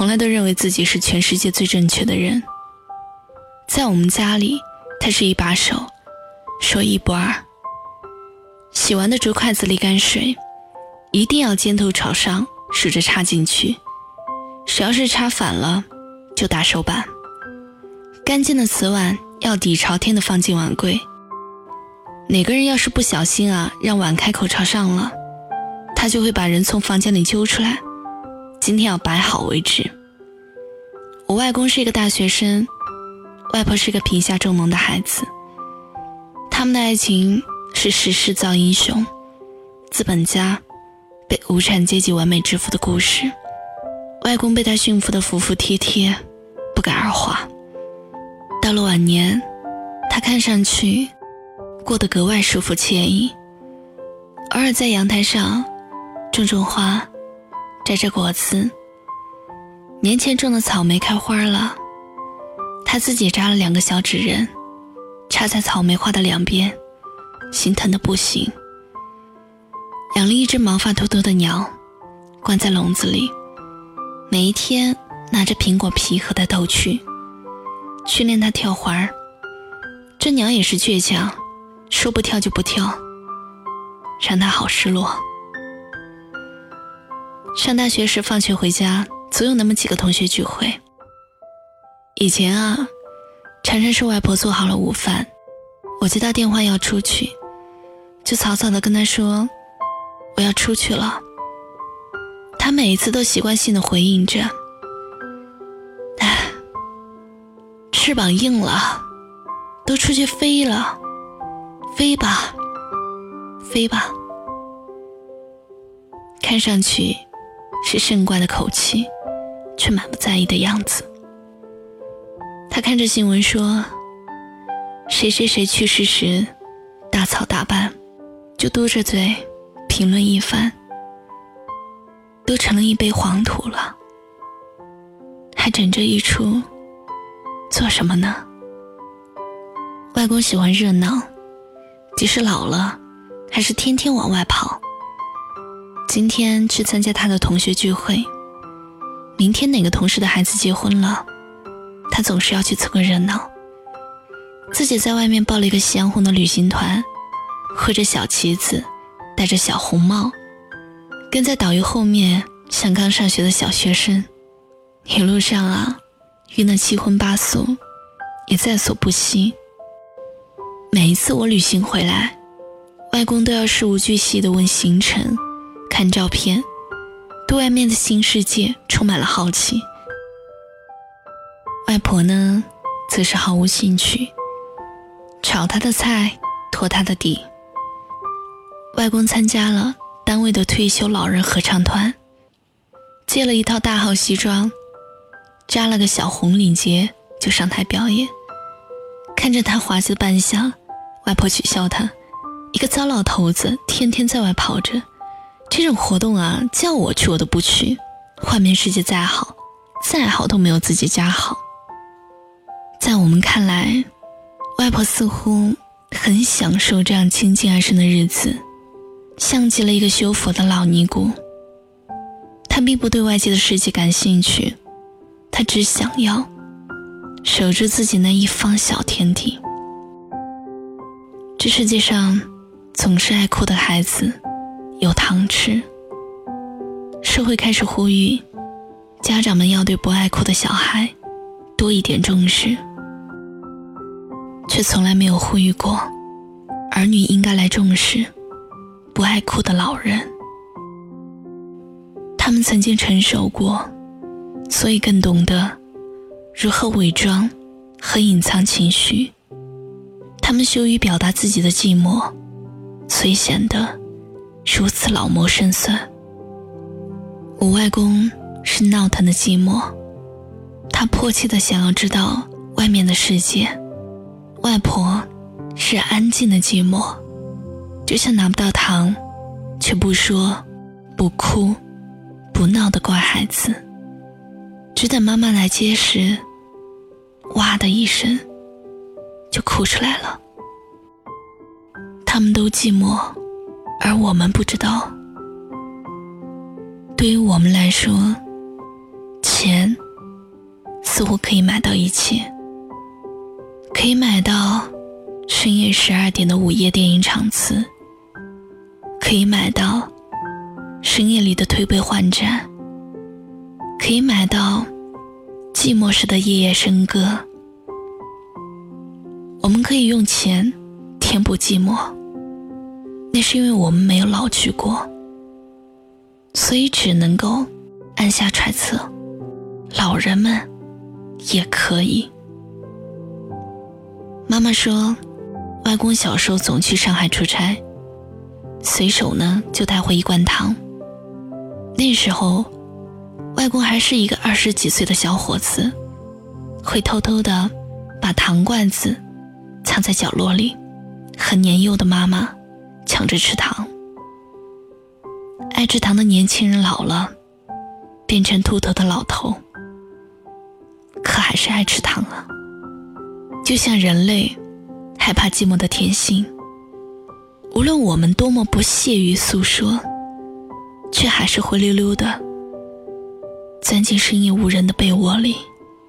从来都认为自己是全世界最正确的人。在我们家里，他是一把手，说一不二。洗完的竹筷子沥干水，一定要尖头朝上，竖着插进去，谁要是插反了，就打手板。干净的瓷碗要底朝天的放进碗柜，哪个人要是不小心让碗开口朝上了，他就会把人从房间里揪出来，今天要摆好为止。我外公是一个大学生，外婆是个贫下中农的孩子，他们的爱情是时势造英雄，资本家被无产阶级完美制服的故事。外公被他驯服得服服帖帖，不改而化。到了晚年，他看上去过得格外舒服惬意，偶尔在阳台上种花，摘果子。年前种的草莓开花了，他自己扎了2个小纸人，插在草莓花的两边，心疼得不行。养了一只毛发秃秃的鸟，关在笼子里，每一天拿着苹果皮和它逗趣，训练它跳花。这鸟也是倔强，说不跳就不跳，让它好失落。上大学时放学回家，总有那么几个同学聚会。以前常常是外婆做好了午饭，我接到电话要出去，就草草地跟她说我要出去了。她每一次都习惯性地回应着，翅膀硬了，都出去飞了，飞吧飞吧。看上去是甚怪的口气，却满不在意的样子。他看着新闻说谁谁谁去世时大操大办，就嘟着嘴评论一番，都成了一杯黄土了，还整这一出做什么呢？外公喜欢热闹，即使老了还是天天往外跑。今天去参加他的同学聚会，明天哪个同事的孩子结婚了，他总是要去凑个热闹。自己在外面报了一个夕阳红的旅行团，挥着小旗子，戴着小红帽，跟在导游后面像刚上学的小学生。一路上遇那七荤八素也在所不惜。每一次我旅行回来，外公都要事无巨细地问行程，看照片，对外面的新世界充满了好奇。外婆呢，则是毫无兴趣，炒他的菜，拖他的地。外公参加了单位的退休老人合唱团，借了一套大号西装，扎了个小红领结就上台表演。看着他滑稽的扮相，外婆取笑他，一个糟老头子天天在外跑着，这种活动叫我去我都不去，外面世界再好都没有自己家好。在我们看来，外婆似乎很享受这样清静安生的日子，像极了一个修佛的老尼姑。她并不对外界的世界感兴趣，她只想要守住自己那一方小天地。这世界上总是爱哭的孩子有糖吃，社会开始呼吁家长们要对不爱哭的小孩多一点重视，却从来没有呼吁过儿女应该来重视不爱哭的老人。他们曾经成熟过，所以更懂得如何伪装和隐藏情绪。他们羞于表达自己的寂寞，所以显得如此老谋深算。我外公是闹腾的寂寞，他迫切地想要知道外面的世界。外婆是安静的寂寞，就像拿不到糖却不说不哭不闹的乖孩子，只等妈妈来接时，哇的一声就哭出来了。他们都寂寞，而我们不知道。对于我们来说，钱似乎可以买到一切，可以买到深夜12点的午夜电影场次，可以买到深夜里的推杯换盏，可以买到寂寞时的夜夜笙歌。我们可以用钱填补寂寞，那是因为我们没有老去过，所以只能够按下揣测，老人们也可以。妈妈说，外公小时候总去上海出差，随手呢就带回一罐糖。那时候外公还是一个20几岁的小伙子，会偷偷地把糖罐子藏在角落里，和年幼的妈妈抢着吃糖。爱吃糖的年轻人老了，变成秃头的老头，可还是爱吃糖啊。就像人类害怕寂寞的天性，无论我们多么不屑于诉说，却还是灰溜溜的钻进深夜无人的被窝里。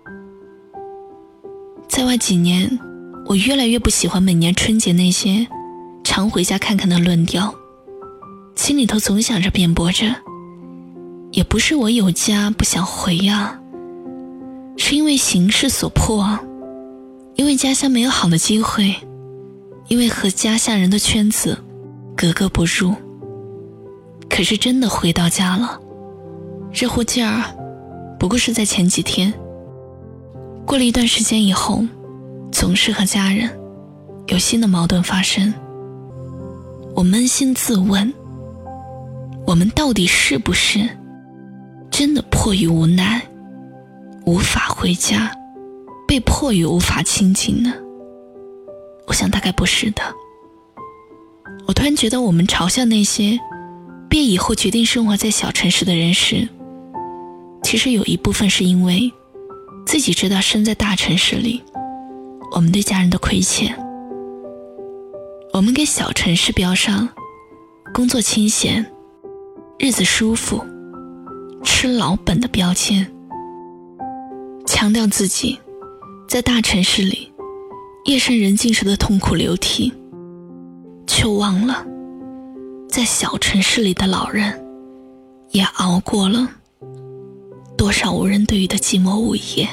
在外几年，我越来越不喜欢每年春节那些常回家看看的论调，心里头总想着辩驳着，也不是我有家不想回啊，是因为形势所迫啊，因为家乡没有好的机会，因为和家乡人的圈子格格不入。可是真的回到家了，热乎劲儿不过是在前几天，过了一段时间以后，总是和家人有新的矛盾发生。我扪心自问，我们到底是不是真的迫于无奈无法回家，被迫于无法亲近呢？我想大概不是的。我突然觉得，我们嘲笑那些毕业以后决定生活在小城市的人时，其实有一部分是因为自己知道身在大城市里我们对家人的亏欠，我们给小城市标上工作清闲、日子舒服、吃老本的标签，强调自己在大城市里夜深人静时的痛苦流涕，却忘了在小城市里的老人也熬过了多少无人对语的寂寞午夜。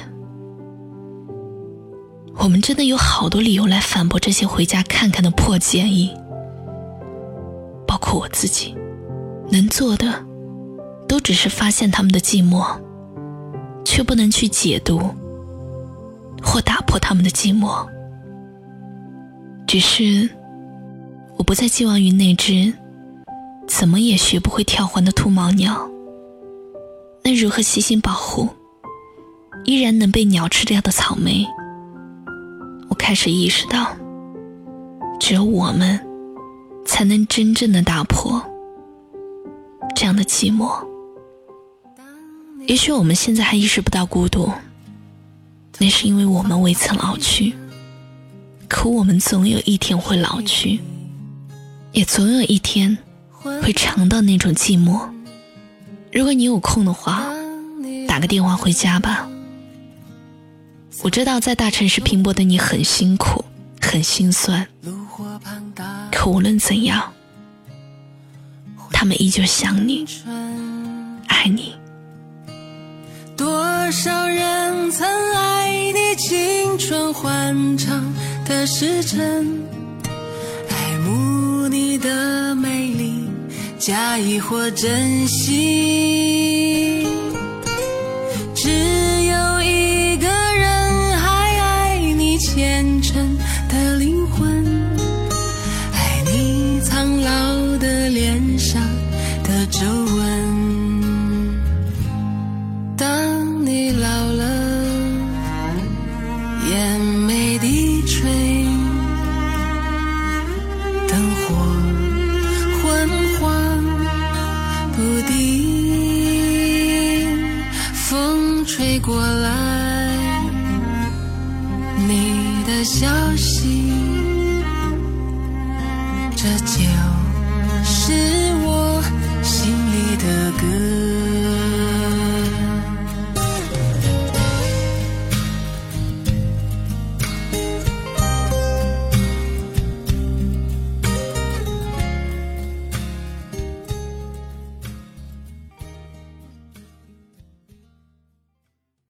我们真的有好多理由来反驳这些回家看看的破建议，包括我自己，能做的都只是发现他们的寂寞，却不能去解读或打破他们的寂寞。只是我不再寄望于那只怎么也学不会跳环的秃毛鸟，那如何细心保护依然能被鸟吃掉的草莓。我开始意识到，只有我们才能真正的打破这样的寂寞。也许我们现在还意识不到孤独，那是因为我们未曾老去，可我们总有一天会老去，也总有一天会尝到那种寂寞。如果你有空的话，打个电话回家吧。我知道在大城市拼搏的你很辛苦很心酸，可无论怎样，他们依旧想你，爱你。 多少人曾爱你青春欢畅的时辰，爱慕你的美丽，假意或真心。只有一个人还爱你虔诚的灵魂，爱你苍老的脸上的皱纹。